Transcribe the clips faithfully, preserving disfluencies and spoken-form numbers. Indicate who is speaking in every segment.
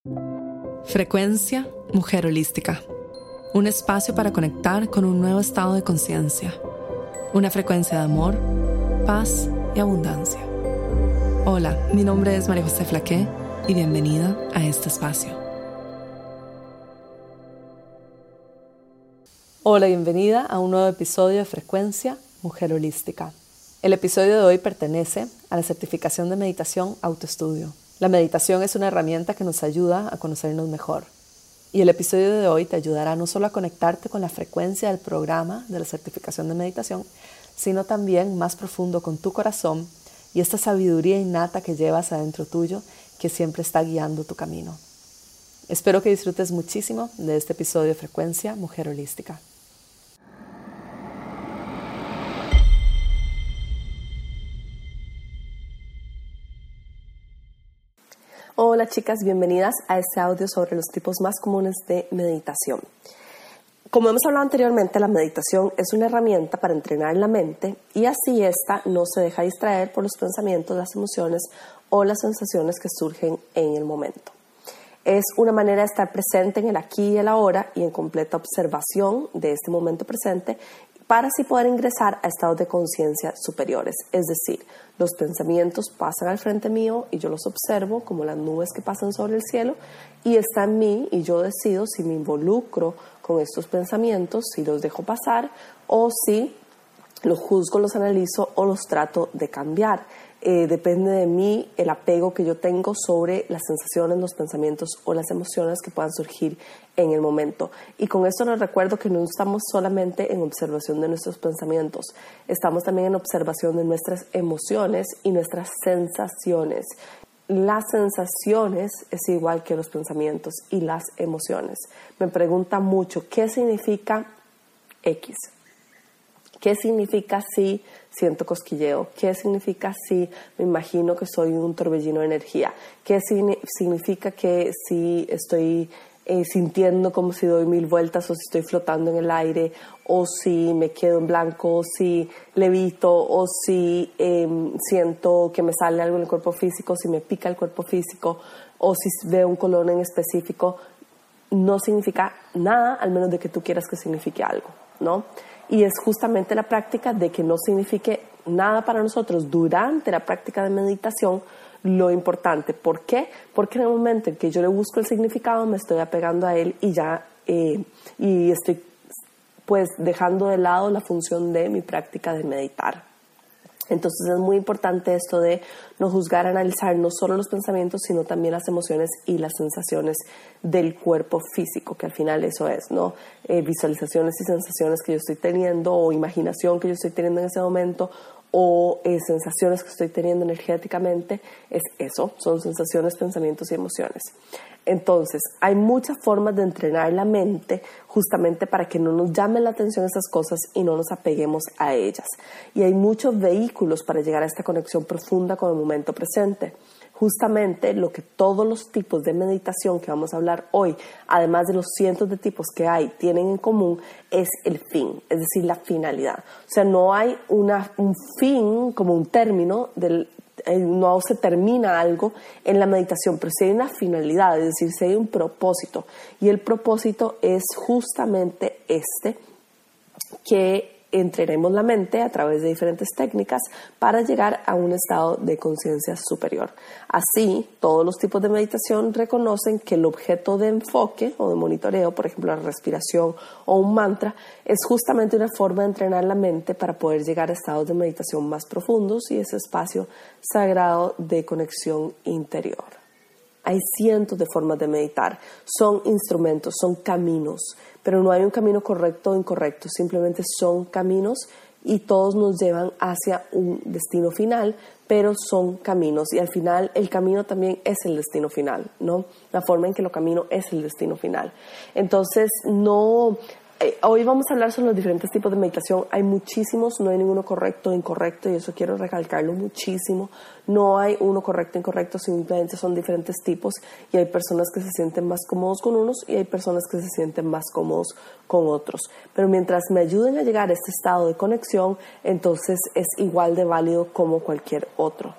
Speaker 1: Frecuencia Mujer Holística. Un espacio para conectar con un nuevo estado de conciencia. Una frecuencia de amor, paz y abundancia. Hola, mi nombre es María José Flaqué y bienvenida a este espacio. Hola, bienvenida a un nuevo episodio de Frecuencia Mujer Holística. El episodio de hoy pertenece a la certificación de meditación autoestudio. La meditación es una herramienta que nos ayuda a conocernos mejor. Y el episodio de hoy te ayudará no solo a conectarte con la frecuencia del programa de la certificación de meditación, sino también más profundo con tu corazón y esta sabiduría innata que llevas adentro tuyo que siempre está guiando tu camino. Espero que disfrutes muchísimo de este episodio de Frecuencia Mujer Holística. Hola chicas, bienvenidas a este audio sobre los tipos más comunes de meditación. Como hemos hablado anteriormente, la meditación es una herramienta para entrenar la mente y así ésta no se deja distraer por los pensamientos, las emociones o las sensaciones que surgen en el momento. Es una manera de estar presente en el aquí y el ahora y en completa observación de este momento presente para así poder ingresar a estados de conciencia superiores. Es decir, los pensamientos pasan al frente mío y yo los observo como las nubes que pasan sobre el cielo y está en mí y yo decido si me involucro con estos pensamientos, si los dejo pasar o si los juzgo, los analizo o los trato de cambiar. Eh, depende de mí el apego que yo tengo sobre las sensaciones, los pensamientos o las emociones que puedan surgir en el momento. Y con esto les recuerdo que no estamos solamente en observación de nuestros pensamientos, estamos también en observación de nuestras emociones y nuestras sensaciones. Las sensaciones es igual que los pensamientos y las emociones. Me preguntan mucho, ¿qué significa X? ¿Qué significa si siento cosquilleo? ¿Qué significa si me imagino que soy un torbellino de energía? ¿Qué significa que si estoy eh, sintiendo como si doy mil vueltas o si estoy flotando en el aire o si me quedo en blanco o si levito o si eh, siento que me sale algo en el cuerpo físico, si me pica el cuerpo físico o si veo un color en específico? No significa nada al menos de que tú quieras que signifique algo, ¿no? Y es justamente la práctica de que no signifique nada para nosotros durante la práctica de meditación lo importante. ¿Por qué? Porque en el momento en que yo le busco el significado me estoy apegando a él y ya eh, y estoy pues dejando de lado la función de mi práctica de meditar. Entonces es muy importante esto de no juzgar, analizar no solo los pensamientos, sino también las emociones y las sensaciones del cuerpo físico, que al final eso es, ¿no? Eh, visualizaciones y sensaciones que yo estoy teniendo o imaginación que yo estoy teniendo en ese momento o eh, sensaciones que estoy teniendo energéticamente, es eso, son sensaciones, pensamientos y emociones. Entonces, hay muchas formas de entrenar la mente justamente para que no nos llamen la atención esas cosas y no nos apeguemos a ellas. Y hay muchos vehículos para llegar a esta conexión profunda con el momento presente. Justamente lo que todos los tipos de meditación que vamos a hablar hoy, además de los cientos de tipos que hay, tienen en común es el fin, es decir, la finalidad. O sea, no hay una, un fin como un término del no se termina algo en la meditación, pero sí hay una finalidad, es decir, sí hay un propósito. Y el propósito es justamente este, que entrenemos la mente a través de diferentes técnicas para llegar a un estado de conciencia superior. Así, todos los tipos de meditación reconocen que el objeto de enfoque o de monitoreo, por ejemplo, la respiración o un mantra, es justamente una forma de entrenar la mente para poder llegar a estados de meditación más profundos y ese espacio sagrado de conexión interior. Hay cientos de formas de meditar, son instrumentos, son caminos, pero no hay un camino correcto o incorrecto, simplemente son caminos y todos nos llevan hacia un destino final, pero son caminos y al final el camino también es el destino final, ¿no? La forma en que lo camino es el destino final. Entonces, no... Eh, hoy vamos a hablar sobre los diferentes tipos de meditación. Hay muchísimos, no hay ninguno correcto o incorrecto y eso quiero recalcarlo muchísimo. No hay uno correcto o incorrecto, simplemente son diferentes tipos y hay personas que se sienten más cómodos con unos y hay personas que se sienten más cómodos con otros. Pero mientras me ayuden a llegar a este estado de conexión, entonces es igual de válido como cualquier otro.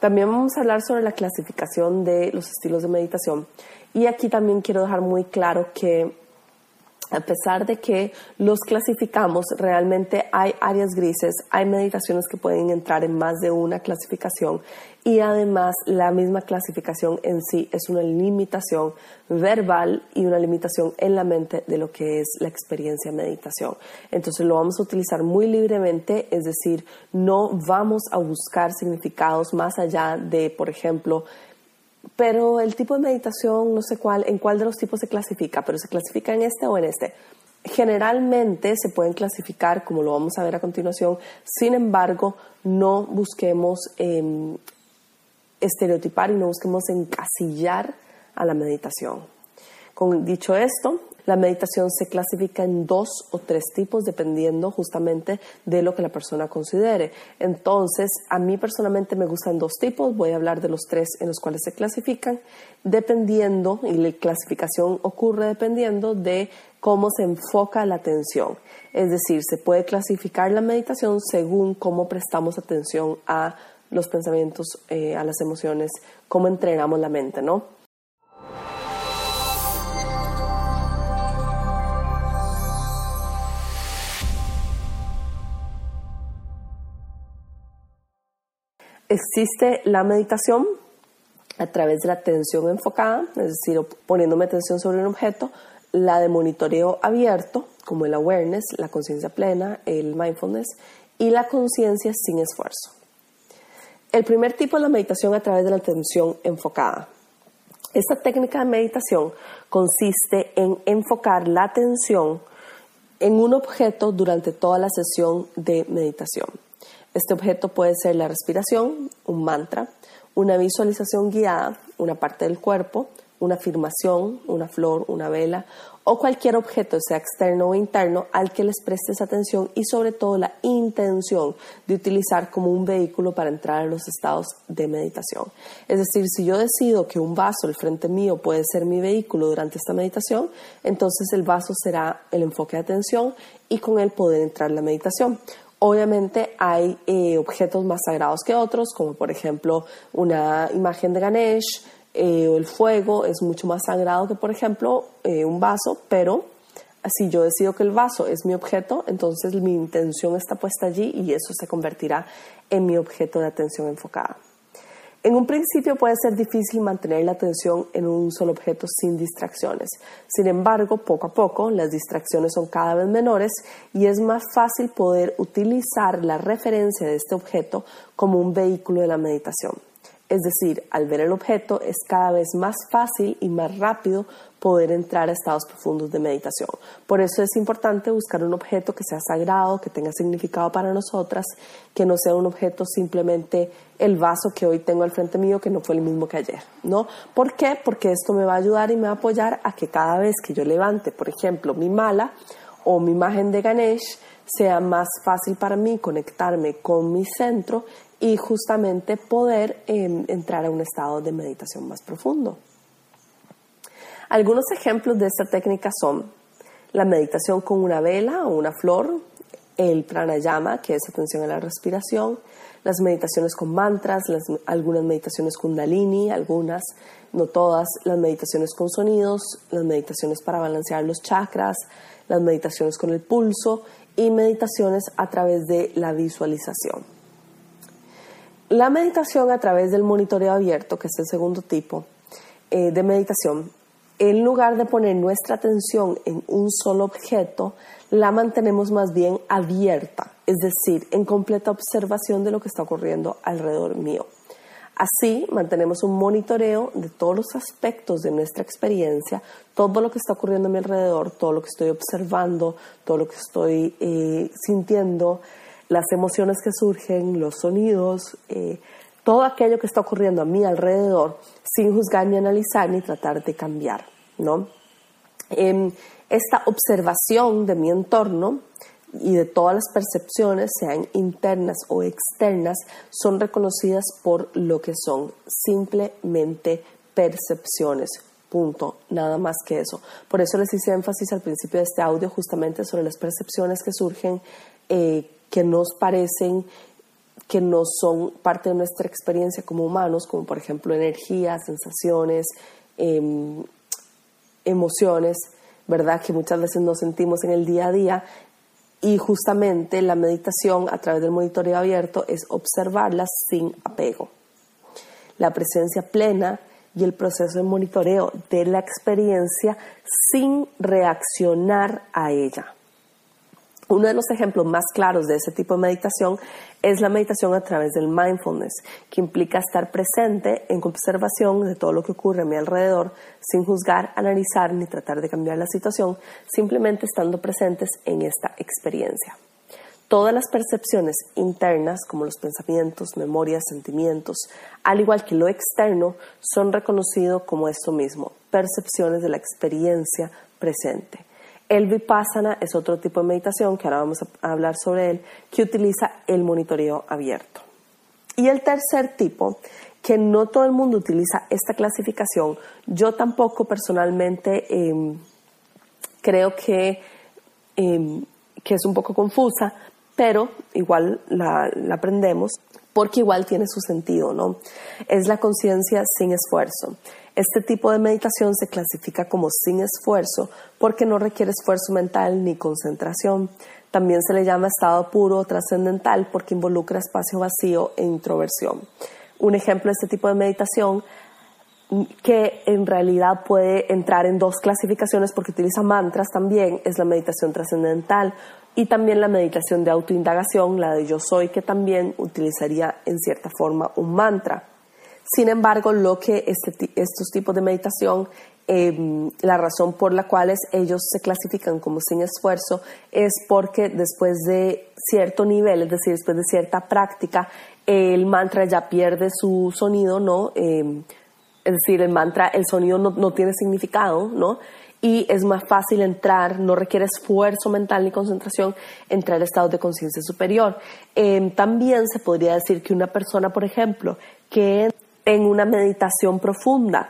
Speaker 1: También vamos a hablar sobre la clasificación de los estilos de meditación. Y aquí también quiero dejar muy claro que a pesar de que los clasificamos, realmente hay áreas grises, hay meditaciones que pueden entrar en más de una clasificación y además la misma clasificación en sí es una limitación verbal y una limitación en la mente de lo que es la experiencia de meditación. Entonces lo vamos a utilizar muy libremente, es decir, no vamos a buscar significados más allá de, por ejemplo, pero el tipo de meditación, no sé cuál, en cuál de los tipos se clasifica, pero se clasifica en este o en este. Generalmente se pueden clasificar, como lo vamos a ver a continuación, sin embargo, no busquemos eh, estereotipar y no busquemos encasillar a la meditación. Con dicho esto, la meditación se clasifica en dos o tres tipos dependiendo justamente de lo que la persona considere. Entonces, a mí personalmente me gustan dos tipos. Voy a hablar de los tres en los cuales se clasifican, dependiendo, y la clasificación ocurre dependiendo de cómo se enfoca la atención. Es decir, se puede clasificar la meditación según cómo prestamos atención a los pensamientos, eh, a las emociones, cómo entrenamos la mente, ¿no? Existe la meditación a través de la atención enfocada, es decir, poniéndome atención sobre un objeto, la de monitoreo abierto, como el awareness, la conciencia plena, el mindfulness, y la conciencia sin esfuerzo. El primer tipo es la meditación a través de la atención enfocada. Esta técnica de meditación consiste en enfocar la atención en un objeto durante toda la sesión de meditación. Este objeto puede ser la respiración, un mantra, una visualización guiada, una parte del cuerpo, una afirmación, una flor, una vela o cualquier objeto, sea externo o interno, al que les prestes atención y sobre todo la intención de utilizar como un vehículo para entrar a los estados de meditación. Es decir, si yo decido que un vaso al frente mío puede ser mi vehículo durante esta meditación, entonces el vaso será el enfoque de atención y con él poder entrar en la meditación. Obviamente hay eh, objetos más sagrados que otros, como por ejemplo una imagen de Ganesh eh, o el fuego es mucho más sagrado que por ejemplo eh, un vaso, pero si yo decido que el vaso es mi objeto, entonces mi intención está puesta allí y eso se convertirá en mi objeto de atención enfocada. En un principio puede ser difícil mantener la atención en un solo objeto sin distracciones. Sin embargo, poco a poco las distracciones son cada vez menores y es más fácil poder utilizar la referencia de este objeto como un vehículo de la meditación. Es decir, al ver el objeto es cada vez más fácil y más rápido poder entrar a estados profundos de meditación. Por eso es importante buscar un objeto que sea sagrado, que tenga significado para nosotras, que no sea un objeto simplemente el vaso que hoy tengo al frente mío, que no fue el mismo que ayer, ¿no? ¿Por qué? Porque esto me va a ayudar y me va a apoyar a que cada vez que yo levante, por ejemplo, mi mala o mi imagen de Ganesh, sea más fácil para mí conectarme con mi centro y justamente poder eh, entrar a un estado de meditación más profundo. Algunos ejemplos de esta técnica son la meditación con una vela o una flor, el pranayama, que es atención a la respiración, las meditaciones con mantras, las, algunas meditaciones kundalini, algunas, no todas, las meditaciones con sonidos, las meditaciones para balancear los chakras, las meditaciones con el pulso y meditaciones a través de la visualización. La meditación a través del monitoreo abierto, que es el segundo tipo eh, de meditación, en lugar de poner nuestra atención en un solo objeto, la mantenemos más bien abierta, es decir, en completa observación de lo que está ocurriendo alrededor mío. Así mantenemos un monitoreo de todos los aspectos de nuestra experiencia, todo lo que está ocurriendo a mi alrededor, todo lo que estoy observando, todo lo que estoy eh, sintiendo, las emociones que surgen, los sonidos, eh, todo aquello que está ocurriendo a mi alrededor sin juzgar ni analizar ni tratar de cambiar, ¿no? Eh, esta observación de mi entorno y de todas las percepciones, sean internas o externas, son reconocidas por lo que son, simplemente percepciones. Punto, nada más que eso. Por eso les hice énfasis al principio de este audio justamente sobre las percepciones que surgen, eh, que nos parecen que no son parte de nuestra experiencia como humanos, como por ejemplo energía, sensaciones, eh, emociones, ¿verdad? Que muchas veces no sentimos en el día a día. Y justamente la meditación a través del monitoreo abierto es observarlas sin apego. La presencia plena y el proceso de monitoreo de la experiencia sin reaccionar a ella. Uno de los ejemplos más claros de ese tipo de meditación es la meditación a través del mindfulness, que implica estar presente en observación de todo lo que ocurre a mi alrededor, sin juzgar, analizar ni tratar de cambiar la situación, simplemente estando presentes en esta experiencia. Todas las percepciones internas, como los pensamientos, memorias, sentimientos, al igual que lo externo, son reconocidos como esto mismo, percepciones de la experiencia presente. El Vipassana es otro tipo de meditación, que ahora vamos a hablar sobre él, que utiliza el monitoreo abierto. Y el tercer tipo, que no todo el mundo utiliza esta clasificación, yo tampoco personalmente eh, creo que, eh, que es un poco confusa, pero igual la, la aprendemos porque igual tiene su sentido, ¿no? Es la conciencia sin esfuerzo. Este tipo de meditación se clasifica como sin esfuerzo porque no requiere esfuerzo mental ni concentración. También se le llama estado puro o trascendental porque involucra espacio vacío e introversión. Un ejemplo de este tipo de meditación, que en realidad puede entrar en dos clasificaciones porque utiliza mantras también, es la meditación trascendental y también la meditación de autoindagación, la de yo soy, que también utilizaría en cierta forma un mantra. Sin embargo, lo que este, estos tipos de meditación, eh, la razón por la cual ellos se clasifican como sin esfuerzo es porque después de cierto nivel, es decir, después de cierta práctica, el mantra ya pierde su sonido, ¿no? Eh, es decir, el mantra, el sonido no, no tiene significado, ¿no? Y es más fácil entrar, no requiere esfuerzo mental ni concentración, entrar a estados de conciencia superior. Eh, también se podría decir que una persona, por ejemplo, que en una meditación profunda,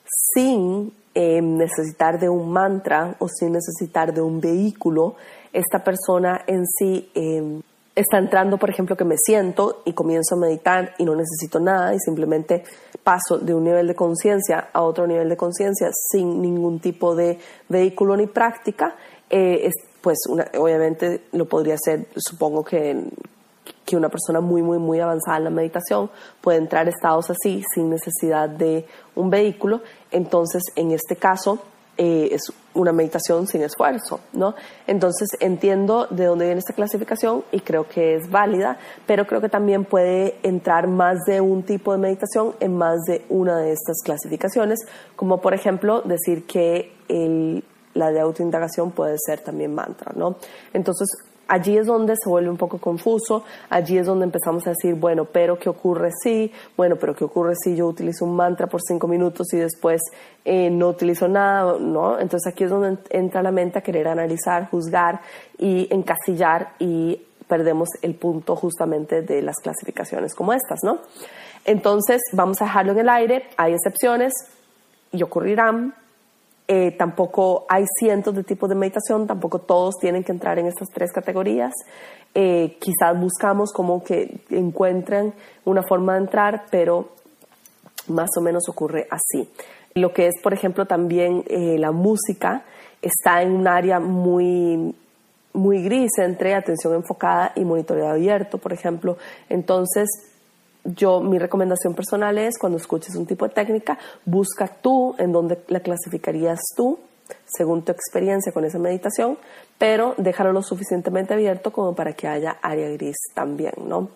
Speaker 1: sin eh, necesitar de un mantra o sin necesitar de un vehículo, esta persona en sí eh, está entrando, por ejemplo, que me siento y comienzo a meditar y no necesito nada y simplemente paso de un nivel de conciencia a otro nivel de conciencia sin ningún tipo de vehículo ni práctica, eh, es, pues una, obviamente lo podría hacer, supongo que, que una persona muy, muy, muy avanzada en la meditación puede entrar a estados así sin necesidad de un vehículo. Entonces, en este caso, Eh, es una meditación sin esfuerzo, ¿no? Entonces entiendo de dónde viene esta clasificación y creo que es válida, pero creo que también puede entrar más de un tipo de meditación en más de una de estas clasificaciones, como por ejemplo decir que el, la de autoindagación puede ser también mantra, ¿no? Entonces allí es donde se vuelve un poco confuso, allí es donde empezamos a decir, bueno, pero ¿qué ocurre si? Bueno, pero ¿qué ocurre si yo utilizo un mantra por cinco minutos y después eh, no utilizo nada? ¿No? Entonces aquí es donde entra la mente a querer analizar, juzgar y encasillar y perdemos el punto justamente de las clasificaciones como estas, ¿no? Entonces vamos a dejarlo en el aire, hay excepciones y ocurrirán. Eh, tampoco hay cientos de tipos de meditación, tampoco todos tienen que entrar en estas tres categorías. Eh, quizás buscamos como que encuentren una forma de entrar, pero más o menos ocurre así. Lo que es, por ejemplo, también eh, la música está en un área muy, muy gris entre atención enfocada y monitoreo abierto, por ejemplo. Entonces, Yo, mi recomendación personal es, cuando escuches un tipo de técnica, busca tú en dónde la clasificarías tú, según tu experiencia con esa meditación, pero déjalo lo suficientemente abierto como para que haya área gris también, ¿no?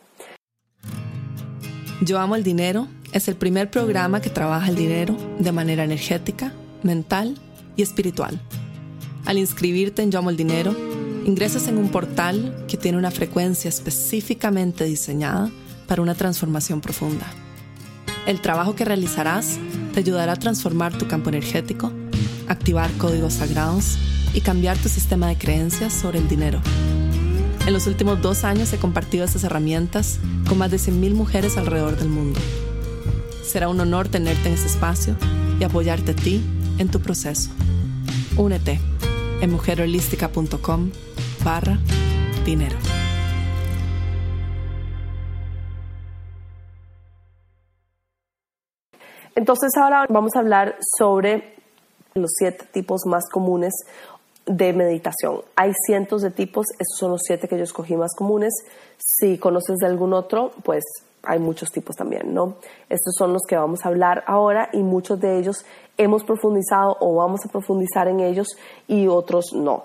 Speaker 2: Yo Amo el Dinero es el primer programa que trabaja el dinero de manera energética, mental y espiritual. Al inscribirte en Yo Amo el Dinero, ingresas en un portal que tiene una frecuencia específicamente diseñada para una transformación profunda. El trabajo que realizarás te ayudará a transformar tu campo energético, activar códigos sagrados y cambiar tu sistema de creencias sobre el dinero. En los últimos dos años he compartido estas herramientas con más de cien mil mujeres alrededor del mundo. Será un honor tenerte en este espacio y apoyarte a ti en tu proceso. Únete en mujerholística.com barra dinero.
Speaker 1: Entonces ahora vamos a hablar sobre los siete tipos más comunes de meditación. Hay cientos de tipos, estos son los siete que yo escogí más comunes. Si conoces de algún otro, pues hay muchos tipos también, ¿no? Estos son los que vamos a hablar ahora y muchos de ellos hemos profundizado o vamos a profundizar en ellos y otros no.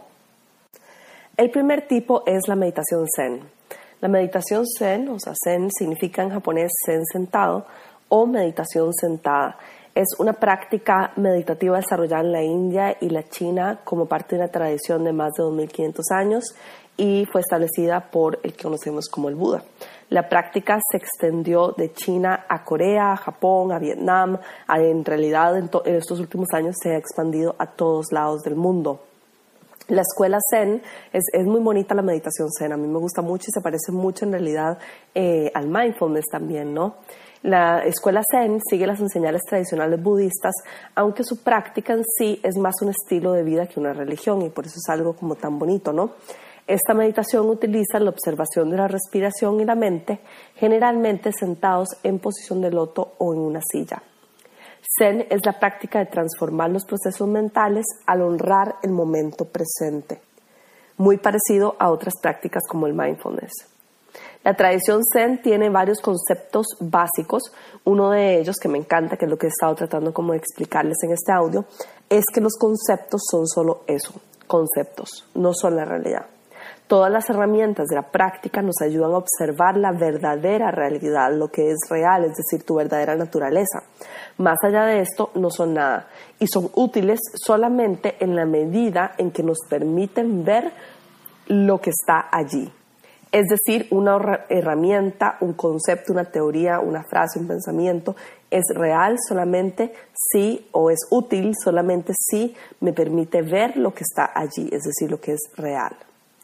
Speaker 1: El primer tipo es la meditación Zen. La meditación Zen, o sea, Zen significa en japonés Zen sentado o meditación sentada. Es una práctica meditativa desarrollada en la India y la China como parte de una tradición de más de dos mil quinientos años y fue establecida por el que conocemos como el Buda. La práctica se extendió de China a Corea, a Japón, a Vietnam. En realidad, en, en estos últimos años se ha expandido a todos lados del mundo. La escuela Zen, es, es muy bonita la meditación Zen, a mí me gusta mucho y se parece mucho en realidad eh, al mindfulness también, ¿no? La escuela Zen sigue las enseñanzas tradicionales budistas, aunque su práctica en sí es más un estilo de vida que una religión y por eso es algo como tan bonito, ¿no? Esta meditación utiliza la observación de la respiración y la mente, generalmente sentados en posición de loto o en una silla. Zen es la práctica de transformar los procesos mentales al honrar el momento presente, muy parecido a otras prácticas como el mindfulness. La tradición Zen tiene varios conceptos básicos. Uno de ellos, que me encanta, que es lo que he estado tratando como de explicarles en este audio, es que los conceptos son solo eso, conceptos, no son la realidad. Todas las herramientas de la práctica nos ayudan a observar la verdadera realidad, lo que es real, es decir, tu verdadera naturaleza. Más allá de esto, no son nada y son útiles solamente en la medida en que nos permiten ver lo que está allí. Es decir, una herramienta, un concepto, una teoría, una frase, un pensamiento es real solamente si, o es útil solamente si me permite ver lo que está allí, es decir, lo que es real.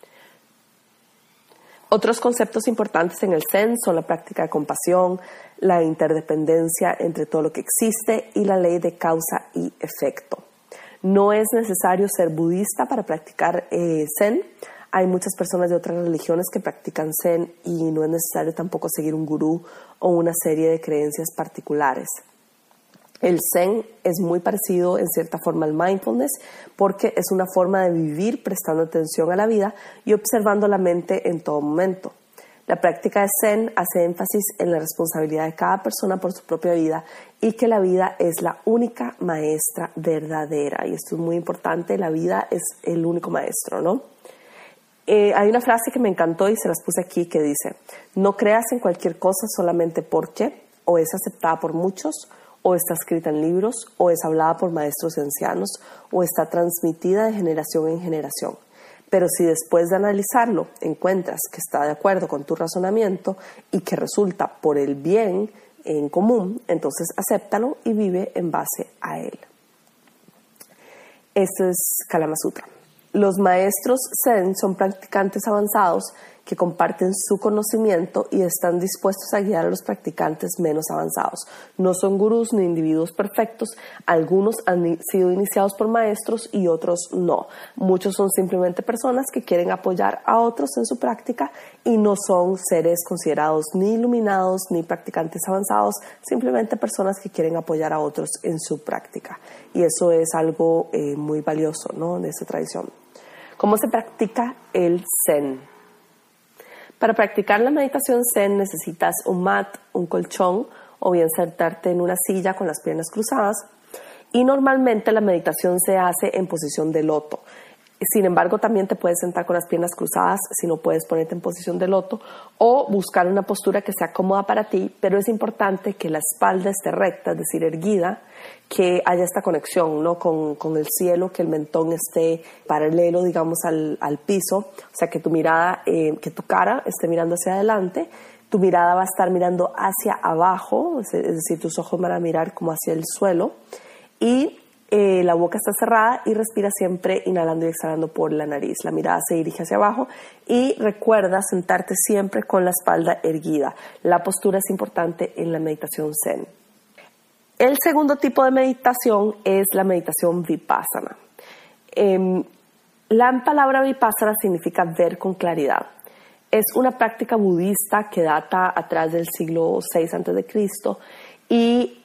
Speaker 1: Otros conceptos importantes en el Zen son la práctica de compasión, la interdependencia entre todo lo que existe y la ley de causa y efecto. No es necesario ser budista para practicar eh, Zen. Hay muchas personas de otras religiones que practican Zen y no es necesario tampoco seguir un gurú o una serie de creencias particulares. El Zen es muy parecido en cierta forma al mindfulness porque es una forma de vivir prestando atención a la vida y observando la mente en todo momento. La práctica de Zen hace énfasis en la responsabilidad de cada persona por su propia vida y que la vida es la única maestra verdadera. Y esto es muy importante, la vida es el único maestro, ¿no? Eh, hay una frase que me encantó y se las puse aquí que dice: no creas en cualquier cosa solamente porque o es aceptada por muchos, o está escrita en libros, o es hablada por maestros y ancianos, o está transmitida de generación en generación. Pero si después de analizarlo encuentras que está de acuerdo con tu razonamiento y que resulta por el bien en común, entonces acéptalo y vive en base a él. Este es Kalama Sutra. Los maestros Zen son practicantes avanzados que comparten su conocimiento y están dispuestos a guiar a los practicantes menos avanzados. No son gurús ni individuos perfectos. Algunos han sido iniciados por maestros y otros no. Muchos son simplemente personas que quieren apoyar a otros en su práctica y no son seres considerados ni iluminados ni practicantes avanzados, simplemente personas que quieren apoyar a otros en su práctica. Y eso es algo eh, muy valioso, ¿no?, de esta tradición. ¿Cómo se practica el Zen? Para practicar la meditación Zen necesitas un mat, un colchón o bien sentarte en una silla con las piernas cruzadas y normalmente la meditación se hace en posición de loto. Sin embargo, también te puedes sentar con las piernas cruzadas si no puedes ponerte en posición de loto o buscar una postura que sea cómoda para ti, pero es importante que la espalda esté recta, es decir, erguida, que haya esta conexión, ¿no?, con, con el cielo, que el mentón esté paralelo, digamos, al, al piso, o sea, que tu mirada, eh, que tu cara esté mirando hacia adelante, tu mirada va a estar mirando hacia abajo, es, es decir, tus ojos van a mirar como hacia el suelo y Eh, la boca está cerrada y respira siempre inhalando y exhalando por la nariz. La mirada se dirige hacia abajo y recuerda sentarte siempre con la espalda erguida. La postura es importante en la meditación Zen. El segundo tipo de meditación es la meditación Vipassana. Eh, la palabra Vipassana significa ver con claridad. Es una práctica budista que data atrás del siglo seis antes de Cristo y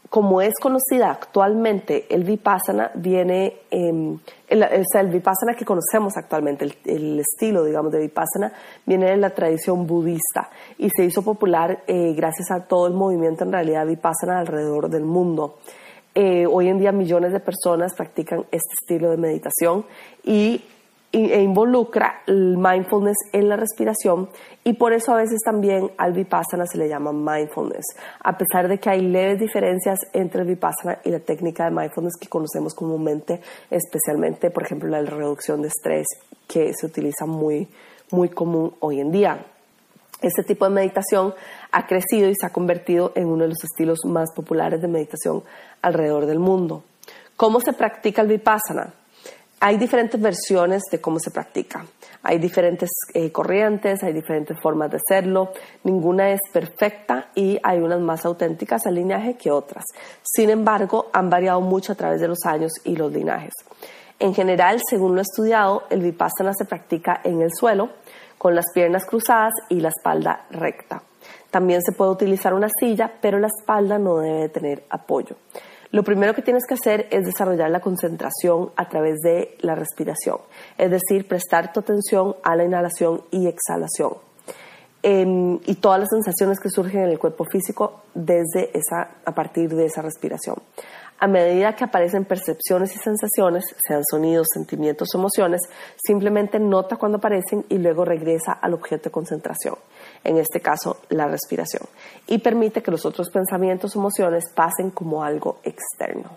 Speaker 1: como es conocida actualmente, el Vipassana viene, eh, el, o sea, el Vipassana que conocemos actualmente, el, el estilo, digamos, de Vipassana, viene de la tradición budista y se hizo popular eh, gracias a todo el movimiento, en realidad, Vipassana alrededor del mundo. Eh, hoy en día millones de personas practican este estilo de meditación y e involucra el mindfulness en la respiración, y por eso a veces también al Vipassana se le llama mindfulness, a pesar de que hay leves diferencias entre el Vipassana y la técnica de mindfulness que conocemos comúnmente, especialmente, por ejemplo, la reducción de estrés, que se utiliza muy, muy común hoy en día. Este tipo de meditación ha crecido y se ha convertido en uno de los estilos más populares de meditación alrededor del mundo. ¿Cómo se practica el Vipassana? Hay diferentes versiones de cómo se practica. Hay diferentes eh, corrientes, hay diferentes formas de hacerlo. Ninguna es perfecta y hay unas más auténticas al linaje que otras. Sin embargo, han variado mucho a través de los años y los linajes. En general, según lo estudiado, el Vipassana se practica en el suelo, con las piernas cruzadas y la espalda recta. También se puede utilizar una silla, pero la espalda no debe tener apoyo. Lo primero que tienes que hacer es desarrollar la concentración a través de la respiración, es decir, prestar tu atención a la inhalación y exhalación eh, y todas las sensaciones que surgen en el cuerpo físico desde esa, a partir de esa respiración. A medida que aparecen percepciones y sensaciones, sean sonidos, sentimientos o emociones, simplemente nota cuando aparecen y luego regresa al objeto de concentración, en este caso la respiración, y permite que los otros pensamientos o emociones pasen como algo externo.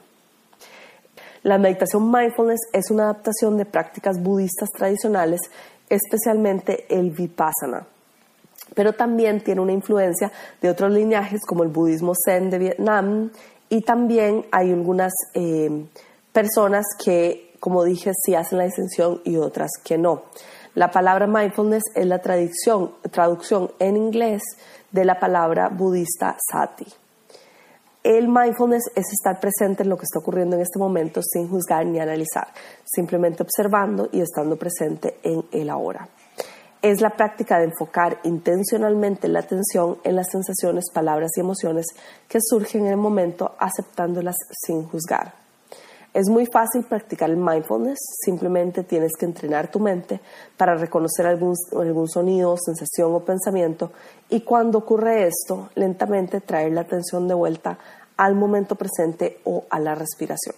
Speaker 1: La meditación mindfulness es una adaptación de prácticas budistas tradicionales, especialmente el Vipassana, pero también tiene una influencia de otros linajes como el budismo Zen de Vietnam. Y también hay algunas eh, personas que, como dije, sí hacen la distinción y otras que no. La palabra mindfulness es la traducción, traducción en inglés de la palabra budista sati. El mindfulness es estar presente en lo que está ocurriendo en este momento sin juzgar ni analizar, simplemente observando y estando presente en el ahora. Es la práctica de enfocar intencionalmente la atención en las sensaciones, palabras y emociones que surgen en el momento, aceptándolas sin juzgar. Es muy fácil practicar el mindfulness, simplemente tienes que entrenar tu mente para reconocer algún, algún sonido, sensación o pensamiento, y cuando ocurre esto, lentamente traer la atención de vuelta al momento presente o a la respiración.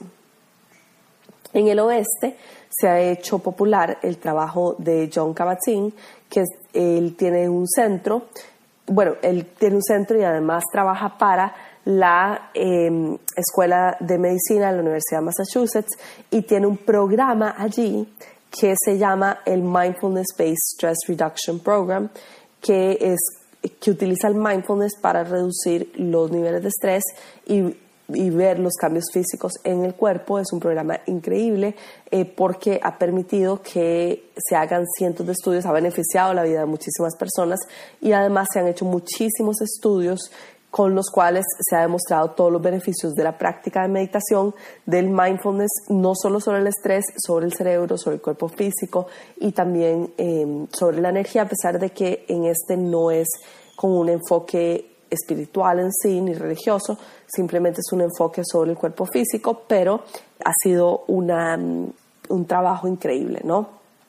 Speaker 1: En el oeste se ha hecho popular el trabajo de Jon Kabat-Zinn, que es, él tiene un centro, bueno, él tiene un centro y además trabaja para la eh, Escuela de Medicina de la Universidad de Massachusetts, y tiene un programa allí que se llama el Mindfulness Based Stress Reduction Program, que, es, que utiliza el mindfulness para reducir los niveles de estrés y y ver los cambios físicos en el cuerpo. Es un programa increíble eh, porque ha permitido que se hagan cientos de estudios, ha beneficiado la vida de muchísimas personas, y además se han hecho muchísimos estudios con los cuales se ha demostrado todos los beneficios de la práctica de meditación, del mindfulness, no solo sobre el estrés, sobre el cerebro, sobre el cuerpo físico y también eh, sobre la energía, a pesar de que en este no es con un enfoque espiritual en sí ni religioso, simplemente es un enfoque sobre el cuerpo físico, pero ha sido una, un trabajo increíble, ¿no?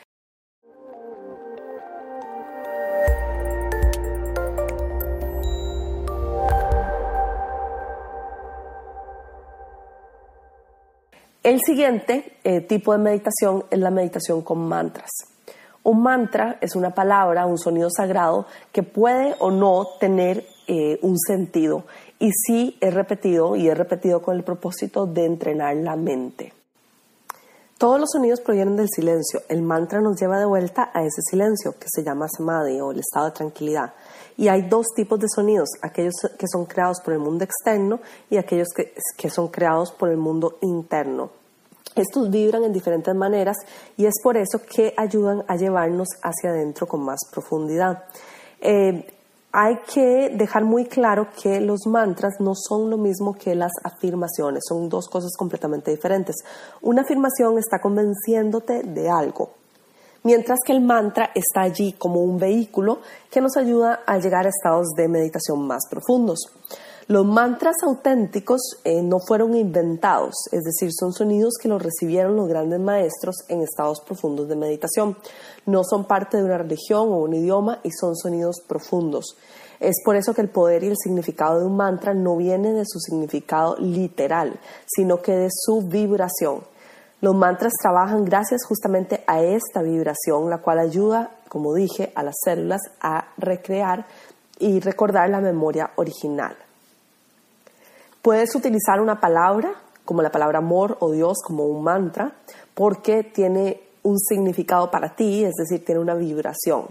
Speaker 1: El siguiente eh, tipo de meditación es la meditación con mantras. Un mantra es una palabra, un sonido sagrado que puede o no tener eh, un sentido, y sí es repetido y es repetido con el propósito de entrenar la mente. Todos los sonidos provienen del silencio. El mantra nos lleva de vuelta a ese silencio que se llama samadhi o el estado de tranquilidad. Y hay dos tipos de sonidos, aquellos que son creados por el mundo externo y aquellos que, que son creados por el mundo interno. Estos vibran en diferentes maneras y es por eso que ayudan a llevarnos hacia adentro con más profundidad. Eh, hay que dejar muy claro que los mantras no son lo mismo que las afirmaciones, son dos cosas completamente diferentes. Una afirmación está convenciéndote de algo, mientras que el mantra está allí como un vehículo que nos ayuda a llegar a estados de meditación más profundos. Los mantras auténticos eh, no fueron inventados, es decir, son sonidos que los recibieron los grandes maestros en estados profundos de meditación. No son parte de una religión o un idioma y son sonidos profundos. Es por eso que el poder y el significado de un mantra no viene de su significado literal, sino que de su vibración. Los mantras trabajan gracias justamente a esta vibración, la cual ayuda, como dije, a las células a recrear y recordar la memoria original. Puedes utilizar una palabra, como la palabra amor o Dios, como un mantra, porque tiene un significado para ti, es decir, tiene una vibración.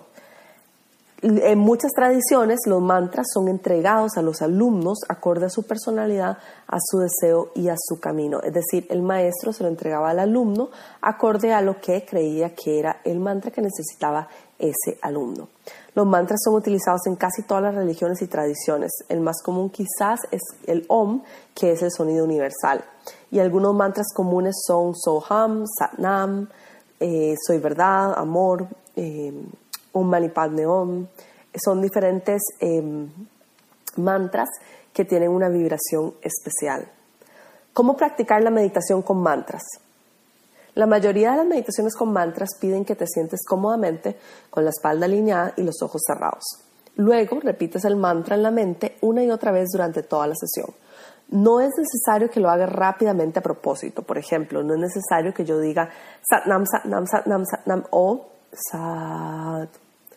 Speaker 1: En muchas tradiciones, los mantras son entregados a los alumnos acorde a su personalidad, a su deseo y a su camino. Es decir, el maestro se lo entregaba al alumno acorde a lo que creía que era el mantra que necesitaba ese alumno. Los mantras son utilizados en casi todas las religiones y tradiciones. El más común quizás es el Om, que es el sonido universal. Y algunos mantras comunes son Soham, Satnam, eh, Soy Verdad, Amor, eh, Om Mani Padme Hum. Son diferentes eh, mantras que tienen una vibración especial. ¿Cómo practicar la meditación con mantras? La mayoría de las meditaciones con mantras piden que te sientes cómodamente con la espalda alineada y los ojos cerrados. Luego repites el mantra en la mente una y otra vez durante toda la sesión. No es necesario que lo hagas rápidamente a propósito. Por ejemplo, no es necesario que yo diga Satnam, Satnam, Satnam, Satnam o Sat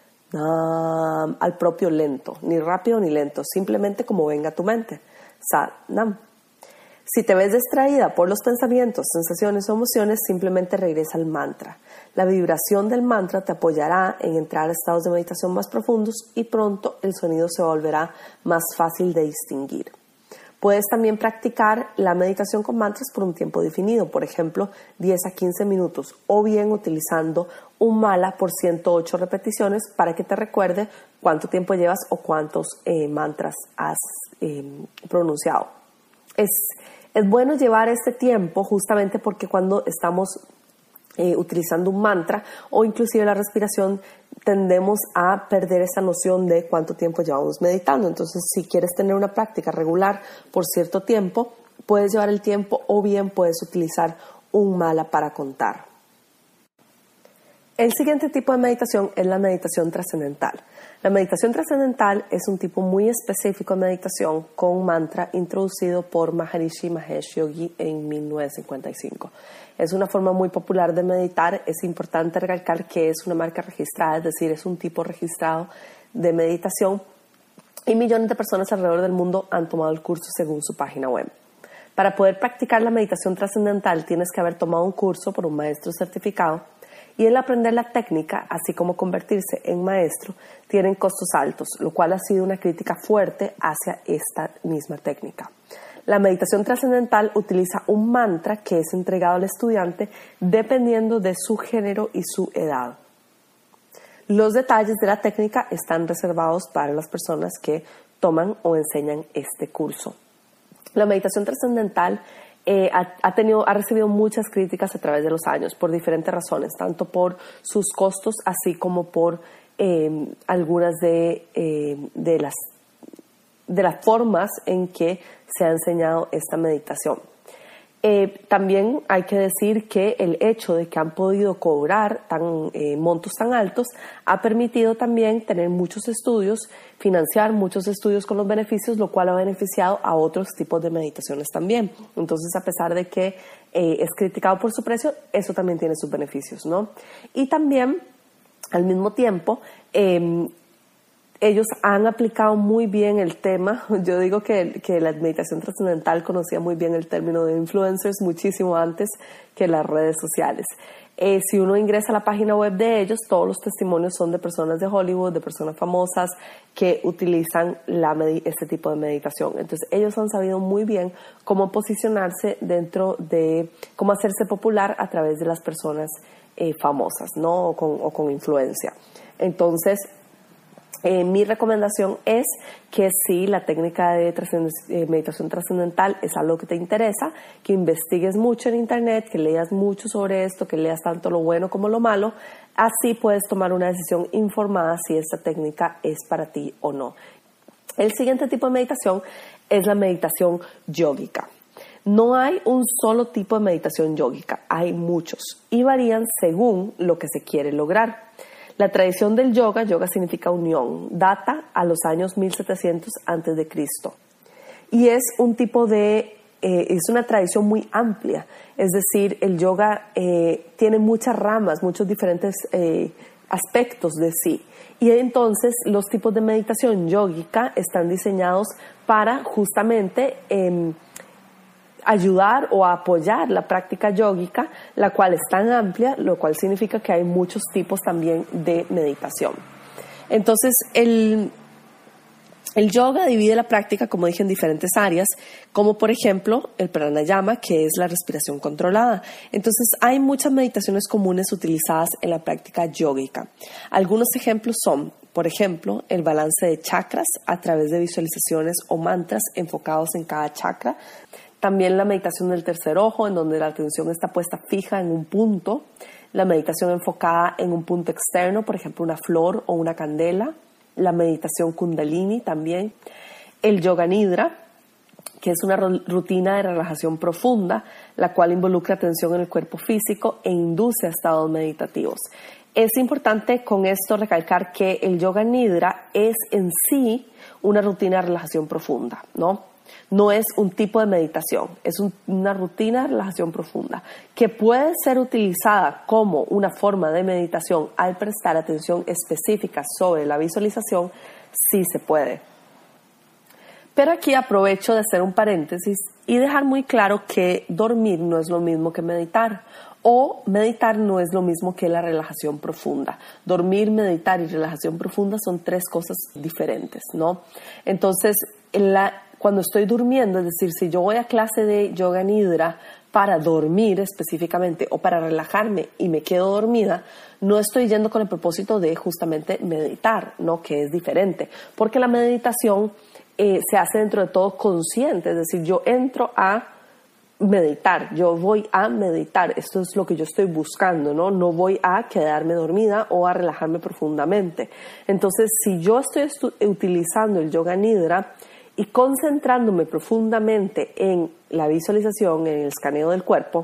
Speaker 1: Nam al propio lento, ni rápido ni lento, simplemente como venga a tu mente. Satnam. Si te ves distraída por los pensamientos, sensaciones o emociones, simplemente regresa al mantra. La vibración del mantra te apoyará en entrar a estados de meditación más profundos y pronto el sonido se volverá más fácil de distinguir. Puedes también practicar la meditación con mantras por un tiempo definido, por ejemplo, diez a quince minutos, o bien utilizando un mala por ciento ocho repeticiones para que te recuerde cuánto tiempo llevas o cuántos eh, mantras has eh, pronunciado. Es, es bueno llevar este tiempo justamente porque cuando estamos eh, utilizando un mantra o inclusive la respiración, tendemos a perder esa noción de cuánto tiempo llevamos meditando. Entonces, si quieres tener una práctica regular por cierto tiempo, puedes llevar el tiempo o bien puedes utilizar un mala para contar. El siguiente tipo de meditación es la meditación trascendental. La meditación trascendental es un tipo muy específico de meditación con un mantra introducido por Maharishi Mahesh Yogi en mil novecientos cincuenta y cinco. Es una forma muy popular de meditar. Es importante recalcar que es una marca registrada, es decir, es un tipo registrado de meditación y millones de personas alrededor del mundo han tomado el curso según su página web. Para poder practicar la meditación trascendental tienes que haber tomado un curso por un maestro certificado. Y el aprender la técnica, así como convertirse en maestro, tienen costos altos, lo cual ha sido una crítica fuerte hacia esta misma técnica. La meditación trascendental utiliza un mantra que es entregado al estudiante dependiendo de su género y su edad. Los detalles de la técnica están reservados para las personas que toman o enseñan este curso. La meditación trascendental Eh, ha, ha, tenido, ha recibido muchas críticas a través de los años por diferentes razones, tanto por sus costos así como por eh, algunas de, eh, de, las, de las formas en que se ha enseñado esta meditación. Eh, también hay que decir que el hecho de que han podido cobrar tan, eh, montos tan altos ha permitido también tener muchos estudios, financiar muchos estudios con los beneficios, lo cual ha beneficiado a otros tipos de meditaciones también. Entonces, a pesar de que eh, es criticado por su precio, eso también tiene sus beneficios, ¿no? Y también, al mismo tiempo, eh, ellos han aplicado muy bien el tema. Yo digo que, que la meditación trascendental conocía muy bien el término de influencers muchísimo antes que las redes sociales. Eh, si uno ingresa a la página web de ellos, todos los testimonios son de personas de Hollywood, de personas famosas que utilizan la, este tipo de meditación. Entonces, ellos han sabido muy bien cómo posicionarse dentro de, cómo hacerse popular a través de las personas eh, famosas, ¿no? O con, o con influencia. Entonces, Eh, mi recomendación es que si la técnica de trascend- eh, meditación trascendental es algo que te interesa, que investigues mucho en internet, que leas mucho sobre esto, que leas tanto lo bueno como lo malo, así puedes tomar una decisión informada si esta técnica es para ti o no. El siguiente tipo de meditación es la meditación yógica. No hay un solo tipo de meditación yógica, hay muchos y varían según lo que se quiere lograr. La tradición del yoga, yoga significa unión, data a los años mil setecientos antes de Cristo y es un tipo de, eh, es una tradición muy amplia, es decir, el yoga eh, tiene muchas ramas, muchos diferentes eh, aspectos de sí y entonces los tipos de meditación yógica están diseñados para justamente eh, ayudar o apoyar la práctica yógica, la cual es tan amplia, lo cual significa que hay muchos tipos también de meditación. Entonces, el, el yoga divide la práctica, como dije, en diferentes áreas, como por ejemplo el pranayama, que es la respiración controlada. Entonces, hay muchas meditaciones comunes utilizadas en la práctica yógica. Algunos ejemplos son, por ejemplo, el balance de chakras a través de visualizaciones o mantras enfocados en cada chakra. También la meditación del tercer ojo, en donde la atención está puesta fija en un punto. La meditación enfocada en un punto externo, por ejemplo, una flor o una candela. La meditación kundalini también. El yoga nidra, que es una rutina de relajación profunda, la cual involucra atención en el cuerpo físico e induce a estados meditativos. Es importante con esto recalcar que el yoga nidra es en sí una rutina de relajación profunda, ¿no? No es un tipo de meditación, es un, una rutina de relajación profunda que puede ser utilizada como una forma de meditación al prestar atención específica sobre la visualización, sí se puede. Pero aquí aprovecho de hacer un paréntesis y dejar muy claro que dormir no es lo mismo que meditar, o meditar no es lo mismo que la relajación profunda. Dormir, meditar y relajación profunda son tres cosas diferentes, ¿no? Entonces, la cuando estoy durmiendo, es decir, si yo voy a clase de yoga nidra para dormir específicamente o para relajarme y me quedo dormida, no estoy yendo con el propósito de justamente meditar, ¿no? Que es diferente, porque la meditación eh, se hace dentro de todo consciente, es decir, yo entro a meditar, yo voy a meditar, esto es lo que yo estoy buscando, ¿no? No voy a quedarme dormida o a relajarme profundamente. Entonces, si yo estoy utilizando el yoga nidra y concentrándome profundamente en la visualización, en el escaneo del cuerpo,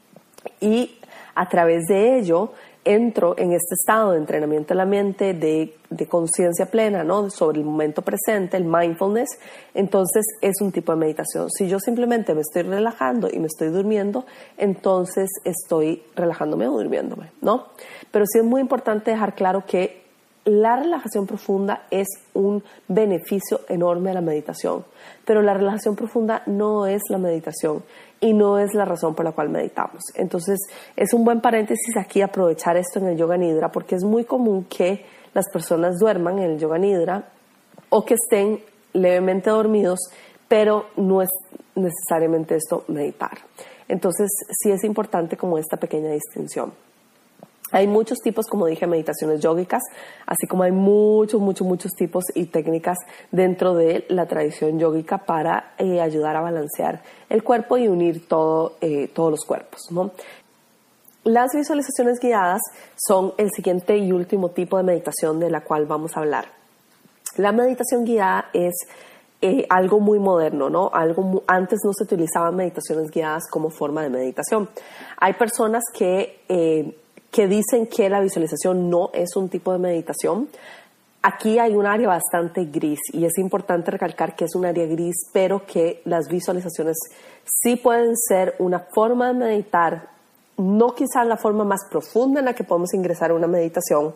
Speaker 1: y a través de ello entro en este estado de entrenamiento de la mente, de, de conciencia plena, ¿no? Sobre el momento presente, el mindfulness, entonces es un tipo de meditación. Si yo simplemente me estoy relajando y me estoy durmiendo, entonces estoy relajándome o durmiéndome, ¿no? Pero sí es muy importante dejar claro que la relajación profunda es un beneficio enorme a la meditación, pero la relajación profunda no es la meditación y no es la razón por la cual meditamos. Entonces, es un buen paréntesis aquí aprovechar esto en el yoga nidra, porque es muy común que las personas duerman en el yoga nidra o que estén levemente dormidos, pero no es necesariamente esto meditar. Entonces, sí es importante como esta pequeña distinción. Hay muchos tipos, como dije, de meditaciones yógicas, así como hay muchos, muchos, muchos tipos y técnicas dentro de la tradición yógica para eh, ayudar a balancear el cuerpo y unir todo, eh, todos los cuerpos, ¿no? Las visualizaciones guiadas son el siguiente y último tipo de meditación de la cual vamos a hablar. La meditación guiada es eh, algo muy moderno, ¿no? Algo muy, antes no se utilizaban meditaciones guiadas como forma de meditación. Hay personas que... Eh, que dicen que la visualización no es un tipo de meditación. Aquí hay un área bastante gris y es importante recalcar que es un área gris, pero que las visualizaciones sí pueden ser una forma de meditar, no quizás la forma más profunda en la que podemos ingresar a una meditación,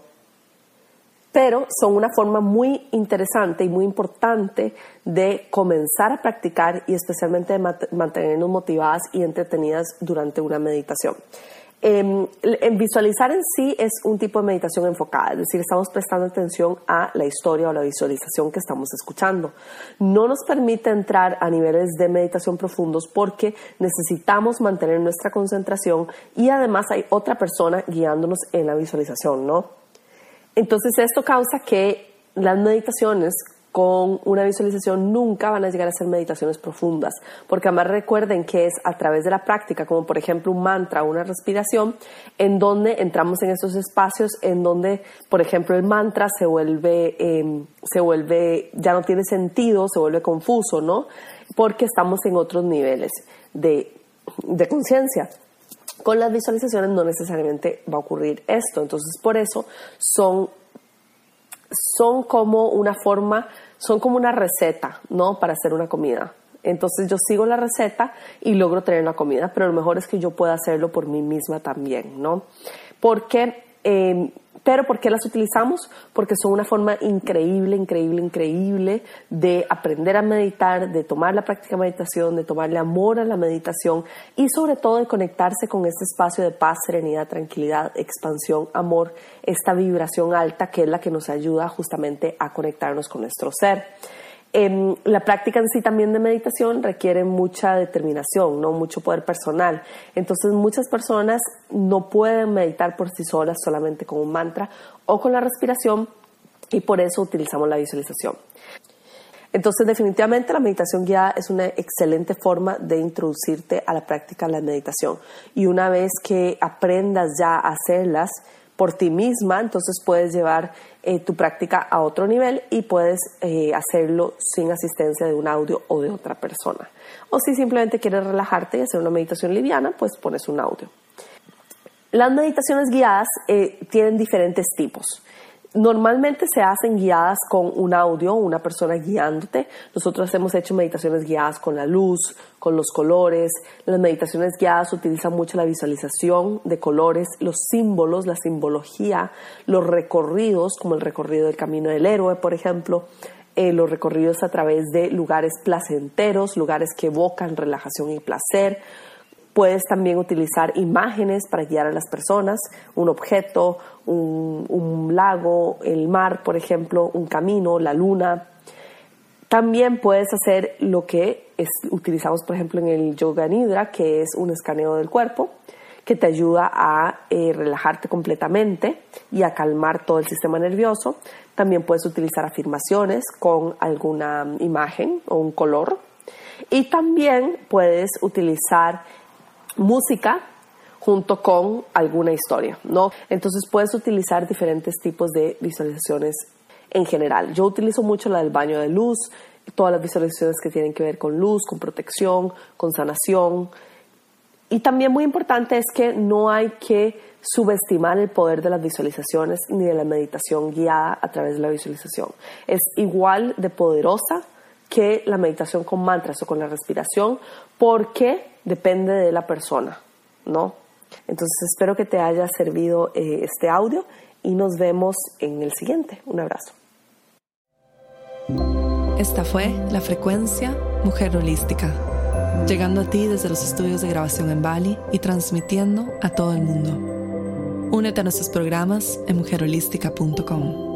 Speaker 1: pero son una forma muy interesante y muy importante de comenzar a practicar y especialmente de mantenernos motivadas y entretenidas durante una meditación. Eh, en visualizar en sí es un tipo de meditación enfocada, es decir, estamos prestando atención a la historia o la visualización que estamos escuchando. No nos permite entrar a niveles de meditación profundos porque necesitamos mantener nuestra concentración y además hay otra persona guiándonos en la visualización, ¿no? Entonces esto causa que las meditaciones con una visualización nunca van a llegar a ser meditaciones profundas, porque además recuerden que es a través de la práctica, como por ejemplo un mantra o una respiración, en donde entramos en esos espacios en donde, por ejemplo, el mantra se vuelve, eh, se vuelve, ya no tiene sentido, se vuelve confuso, ¿no? porque estamos en otros niveles de, de conciencia. Con las visualizaciones no necesariamente va a ocurrir esto, entonces por eso son, son como una forma, son como una receta, ¿no? Para hacer una comida. Entonces yo sigo la receta y logro tener la comida, pero lo mejor es que yo pueda hacerlo por mí misma también, ¿no? Porque, eh, pero ¿por qué las utilizamos? Porque son una forma increíble, increíble, increíble de aprender a meditar, de tomar la práctica de meditación, de tomarle amor a la meditación y sobre todo de conectarse con este espacio de paz, serenidad, tranquilidad, expansión, amor, esta vibración alta que es la que nos ayuda justamente a conectarnos con nuestro ser. Eh, la práctica en sí también de meditación requiere mucha determinación, ¿no? Mucho poder personal. Entonces muchas personas no pueden meditar por sí solas solamente con un mantra o con la respiración y por eso utilizamos la visualización. Entonces definitivamente la meditación guiada es una excelente forma de introducirte a la práctica de la meditación y una vez que aprendas ya a hacerlas por ti misma, entonces puedes llevar eh, tu práctica a otro nivel y puedes eh, hacerlo sin asistencia de un audio o de otra persona. O si simplemente quieres relajarte y hacer una meditación liviana, pues pones un audio. Las meditaciones guiadas eh, tienen diferentes tipos. Normalmente se hacen guiadas con un audio, una persona guiándote. Nosotros hemos hecho meditaciones guiadas con la luz, con los colores. Las meditaciones guiadas utilizan mucho la visualización de colores, los símbolos, la simbología, los recorridos, como el recorrido del Camino del Héroe, por ejemplo, eh, los recorridos a través de lugares placenteros, lugares que evocan relajación y placer. Puedes también utilizar imágenes para guiar a las personas, un objeto, un, un lago, el mar, por ejemplo, un camino, la luna. También puedes hacer lo que es, utilizamos, por ejemplo, en el Yoga Nidra, que es un escaneo del cuerpo, que te ayuda a eh, relajarte completamente y a calmar todo el sistema nervioso. También puedes utilizar afirmaciones con alguna imagen o un color. Y también puedes utilizar música junto con alguna historia, ¿no? Entonces puedes utilizar diferentes tipos de visualizaciones en general. Yo utilizo mucho la del baño de luz, todas las visualizaciones que tienen que ver con luz, con protección, con sanación. Y también muy importante es que no hay que subestimar el poder de las visualizaciones ni de la meditación guiada a través de la visualización. Es igual de poderosa que la meditación con mantras o con la respiración porque depende de la persona, ¿no? Entonces espero que te haya servido eh, este audio y nos vemos en el siguiente. Un abrazo.
Speaker 2: Esta fue La Frecuencia Mujer Holística, llegando a ti desde los estudios de grabación en Bali y transmitiendo a todo el mundo. Únete a nuestros programas en mujer holística punto com.